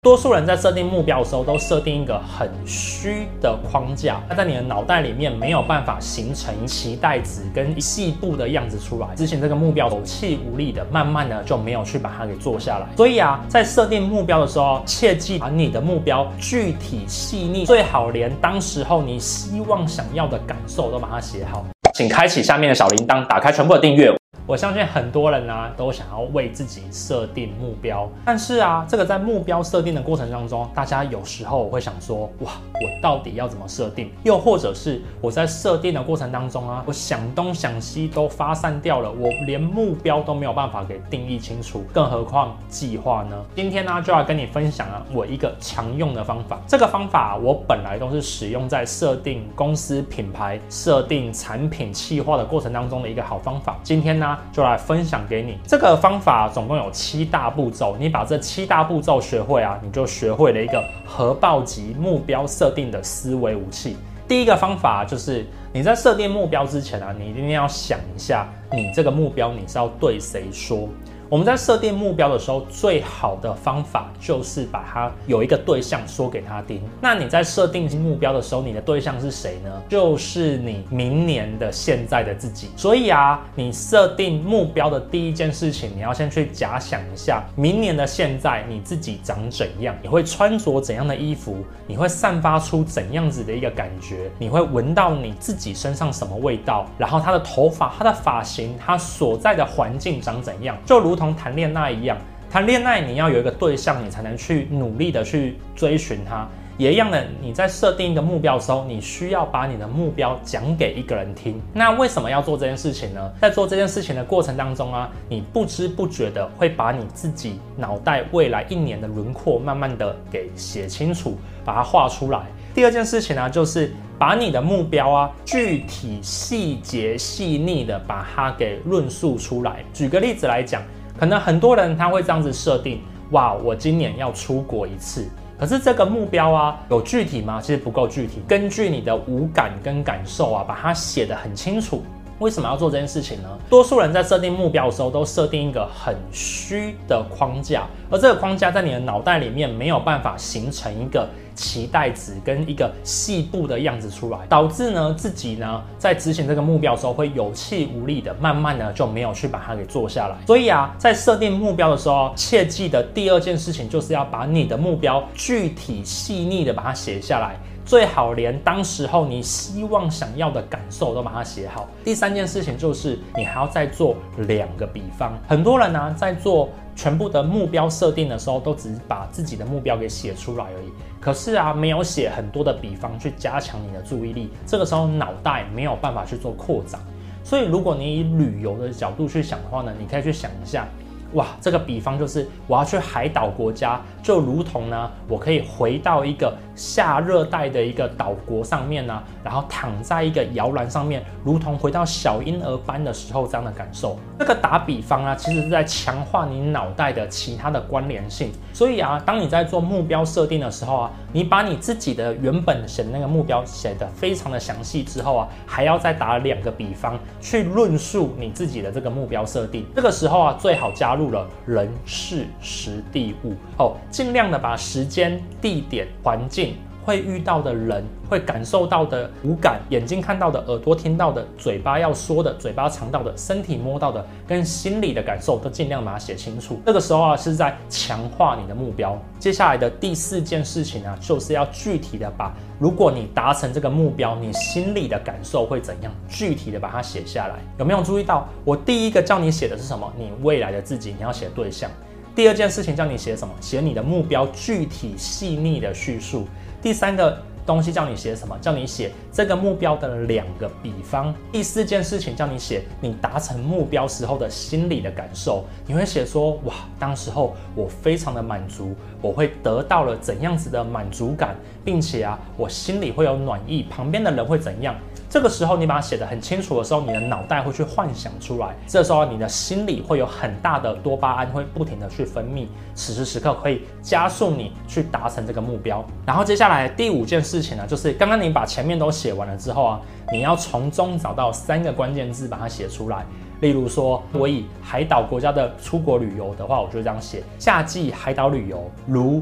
多数人在设定目标的时候，都设定一个很虚的框架，它在你的脑袋里面没有办法形成期待值跟细部的样子出来。之前这个目标有气无力的，慢慢的就没有去把它给做下来。所以啊，在设定目标的时候，切记把你的目标具体细腻，最好连当时候你希望想要的感受都把它写好。请开启下面的小铃铛，打开全部的订阅。我相信很多人啊都想要为自己设定目标，但是啊，这个在目标设定的过程当中，大家有时候会想说，哇，我到底要怎么设定？又或者是我在设定的过程当中啊，我想东想西都发散掉了，我连目标都没有办法给定义清楚，更何况计划呢？今天呢就要跟你分享啊，我一个常用的方法。这个方法我本来都是使用在设定公司品牌、设定产品企划的过程当中的一个好方法。今天呢，就来分享给你。这个方法总共有7大步骤，你把这7大步骤学会啊，你就学会了一个核爆级目标设定的思维武器。第一个方法就是你在设定目标之前啊，你一定要想一下，你这个目标你是要对谁说。我们在设定目标的时候，最好的方法就是把它有一个对象说给他听。那你在设定目标的时候，你的对象是谁呢？就是你明年的现在的自己。所以啊，你设定目标的第一件事情，你要先去假想一下，明年的现在你自己长怎样，你会穿着怎样的衣服，你会散发出怎样子的一个感觉，你会闻到你自己身上什么味道，然后他的头发、他的发型、他所在的环境长怎样，就如同谈恋爱一样，谈恋爱你要有一个对象，你才能去努力的去追寻他。也一样的，你在设定一个目标的时候，你需要把你的目标讲给一个人听。那为什么要做这件事情呢？在做这件事情的过程当中啊，你不知不觉的会把你自己脑袋未来1年的轮廓慢慢的给写清楚，把它画出来。第二件事情呢，就是把你的目标啊，具体、细节、细腻的把它给论述出来。举个例子来讲，可能很多人他会这样子设定，哇，我今年要出国1次。可是这个目标啊，有具体吗？其实不够具体。根据你的五感跟感受啊，把它写得很清楚。为什么要做这件事情呢？多数人在设定目标的时候，都设定一个很虚的框架，而这个框架在你的脑袋里面没有办法形成一个期待值跟一个细部的样子出来，导致呢自己呢在执行这个目标的时候会有气无力的，慢慢的就没有去把它给做下来。所以啊，在设定目标的时候，切记的第二件事情就是要把你的目标具体细腻的把它写下来。最好连当时候你希望想要的感受都把它写好。第三件事情就是你还要再做2个比方。很多人呢在做全部的目标设定的时候，都只是把自己的目标给写出来而已。可是啊，没有写很多的比方去加强你的注意力，这个时候脑袋没有办法去做扩展。所以如果你以旅游的角度去想的话呢，你可以去想一下。哇，这个比方就是我要去海岛国家，就如同呢，我可以回到一个夏热带的一个岛国上面呢，然后躺在一个摇篮上面，如同回到小婴儿般的时候这样的感受。这个打比方啊，其实是在强化你脑袋的其他的关联性。所以啊，当你在做目标设定的时候啊，你把你自己的原本写的那个目标写得非常的详细之后啊，还要再打2个比方去论述你自己的这个目标设定。这个时候啊，最好加入了人事时地物尽量的把时间、地点、环境会遇到的人、会感受到的五感，眼睛看到的、耳朵听到的、嘴巴要说的、嘴巴尝到的、身体摸到的，跟心理的感受都尽量把它写清楚。这个时候啊，是在强化你的目标。接下来的第4件事情啊，就是要具体的把，如果你达成这个目标，你心里的感受会怎样，具体的把它写下来。有没有注意到，我第一个叫你写的是什么？你未来的自己，你要写对象。第2件事情叫你写什么？写你的目标具体细腻的叙述。第3个东西叫你写什么？叫你写这个目标的2个比方。第4件事情叫你写你达成目标时候的心理的感受。你会写说，哇，当时候我非常的满足，我会得到了怎样子的满足感，并且啊，我心里会有暖意，旁边的人会怎样。这个时候你把它写得很清楚的时候，你的脑袋会去幻想出来，这时候你的心里会有很大的多巴胺会不停的去分泌，此时此刻可以加速你去达成这个目标。然后接下来第5件事情呢，就是刚刚你把前面都写完了之后啊，你要从中找到3个关键字把它写出来。例如说，我以海岛国家的出国旅游的话，我就这样写：夏季海岛旅游，如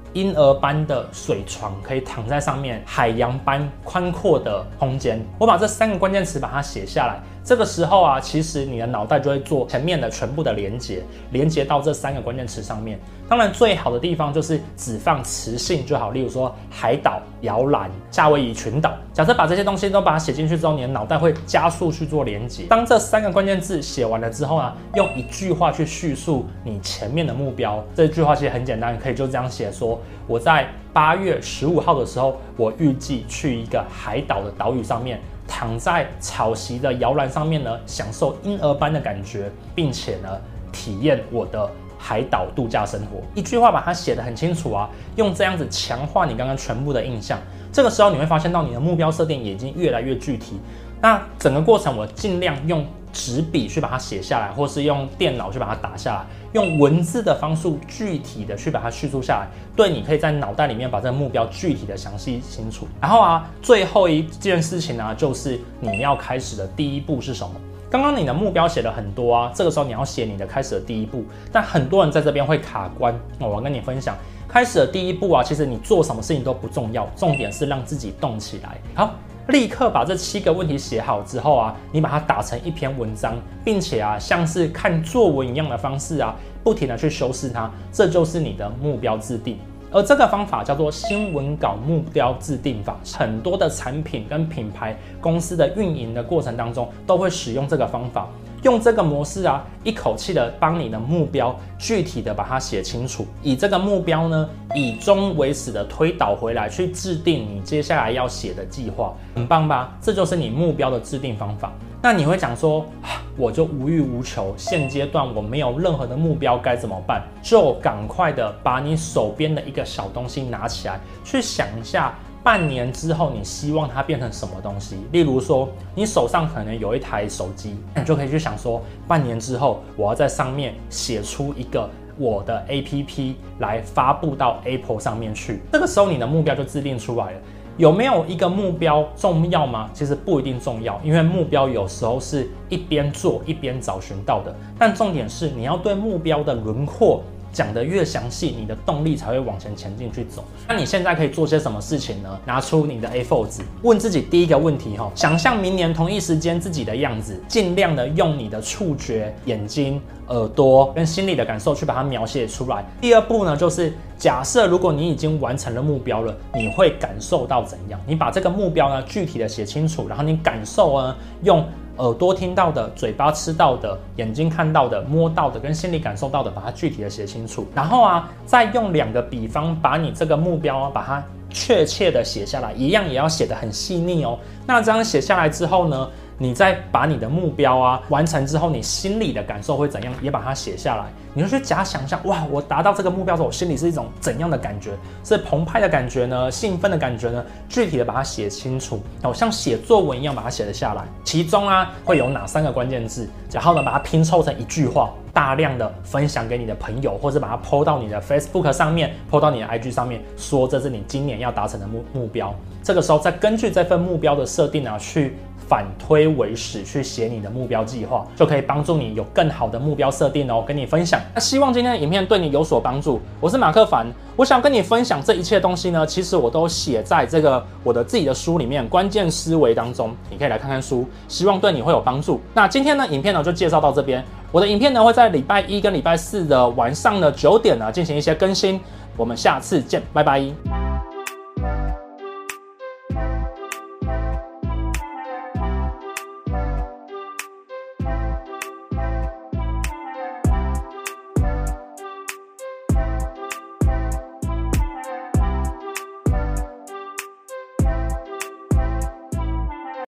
婴儿般的水床可以躺在上面，海洋般宽阔的空间。我把这3个关键词把它写下来，这个时候啊，其实你的脑袋就会做前面的全部的连接到这3个关键词上面。当然，最好的地方就是只放词性就好，例如说海岛、摇篮、夏威夷群岛。假设把这些东西都把它写进去之后，你的脑袋会加速去做连接。当这3个关键字写完了之后呢，用1句话去叙述你前面的目标。这句话其实很简单，可以就这样写说：我在8月15号的时候，我预计去一个海岛的岛屿上面，躺在草席的摇篮上面呢，享受婴儿般的感觉，并且呢，体验我的海岛度假生活。1句话把它写得很清楚啊，用这样子强化你刚刚全部的印象。这个时候你会发现到你的目标设定也已经越来越具体。那整个过程我尽量用纸笔去把它写下来，或是用电脑去把它打下来，用文字的方式具体的去把它叙述下来，对你可以在脑袋里面把这个目标具体的详细清楚。然后啊，最后一件事情呢，就是你要开始的第一步是什么？刚刚你的目标写了很多啊，这个时候你要写你的开始的第一步，但很多人在这边会卡关。我要跟你分享，开始的第一步啊，其实你做什么事情都不重要，重点是让自己动起来。好，立刻把这7个问题写好之后啊，你把它打成一篇文章，并且啊，像是看作文一样的方式啊，不停的去修饰它，这就是你的目标制定。而这个方法叫做新闻稿目标制定法，很多的产品跟品牌公司的运营的过程当中都会使用这个方法，用这个模式啊，一口气的帮你的目标具体的把它写清楚，以这个目标呢，以终为始的推导回来，去制定你接下来要写的计划，很棒吧？这就是你目标的制定方法。那你会讲说，我就无欲无求，现阶段我没有任何的目标，该怎么办？就赶快的把你手边的一个小东西拿起来，去想一下半年之后你希望它变成什么东西。例如说，你手上可能有一台手机，你就可以去想说，半年之后我要在上面写出一个我的 APP 来发布到 Apple 上面去。这个时候你的目标就制定出来了。有没有一个目标重要吗？其实不一定重要，因为目标有时候是一边做一边找寻到的。但重点是你要对目标的轮廓讲得越详细，你的动力才会往前进去走。那你现在可以做些什么事情呢？拿出你的 A4 纸，问自己第一个问题哈，想象明年同一时间自己的样子，尽量的用你的触觉、眼睛、耳朵跟心理的感受去把它描写出来。第二步呢，就是假设如果你已经完成了目标了，你会感受到怎样？你把这个目标呢具体的写清楚，然后你感受呢用耳朵听到的、嘴巴吃到的、眼睛看到的、摸到的跟心里感受到的，把它具体的写清楚。然后啊，再用2个比方把你这个目标啊，把它确切的写下来，一样也要写得很细腻哦。那这样写下来之后呢，你再把你的目标啊完成之后，你心里的感受会怎样，也把它写下来。你就去假想一下，哇，我达到这个目标之后，我心里是一种怎样的感觉？是澎湃的感觉呢？兴奋的感觉呢？具体的把它写清楚，像写作文一样把它写得下来。其中啊会有哪3个关键字？然后呢把它拼凑成1句话，大量的分享给你的朋友，或者把它 po 到你的 Facebook 上面 ，po 到你的 IG 上面，说这是你今年要达成的目标。这个时候再根据这份目标的设定啊，去反推为始，去写你的目标计划，就可以帮助你有更好的目标设定哦。跟你分享，那希望今天的影片对你有所帮助。我是马克凡，我想跟你分享这一切东西呢，其实我都写在这个我的自己的书里面，关键思维当中，你可以来看看书，希望对你会有帮助。那今天呢，影片呢就介绍到这边。我的影片呢会在礼拜1跟礼拜4的晚上的9点呢进行一些更新。我们下次见，拜拜。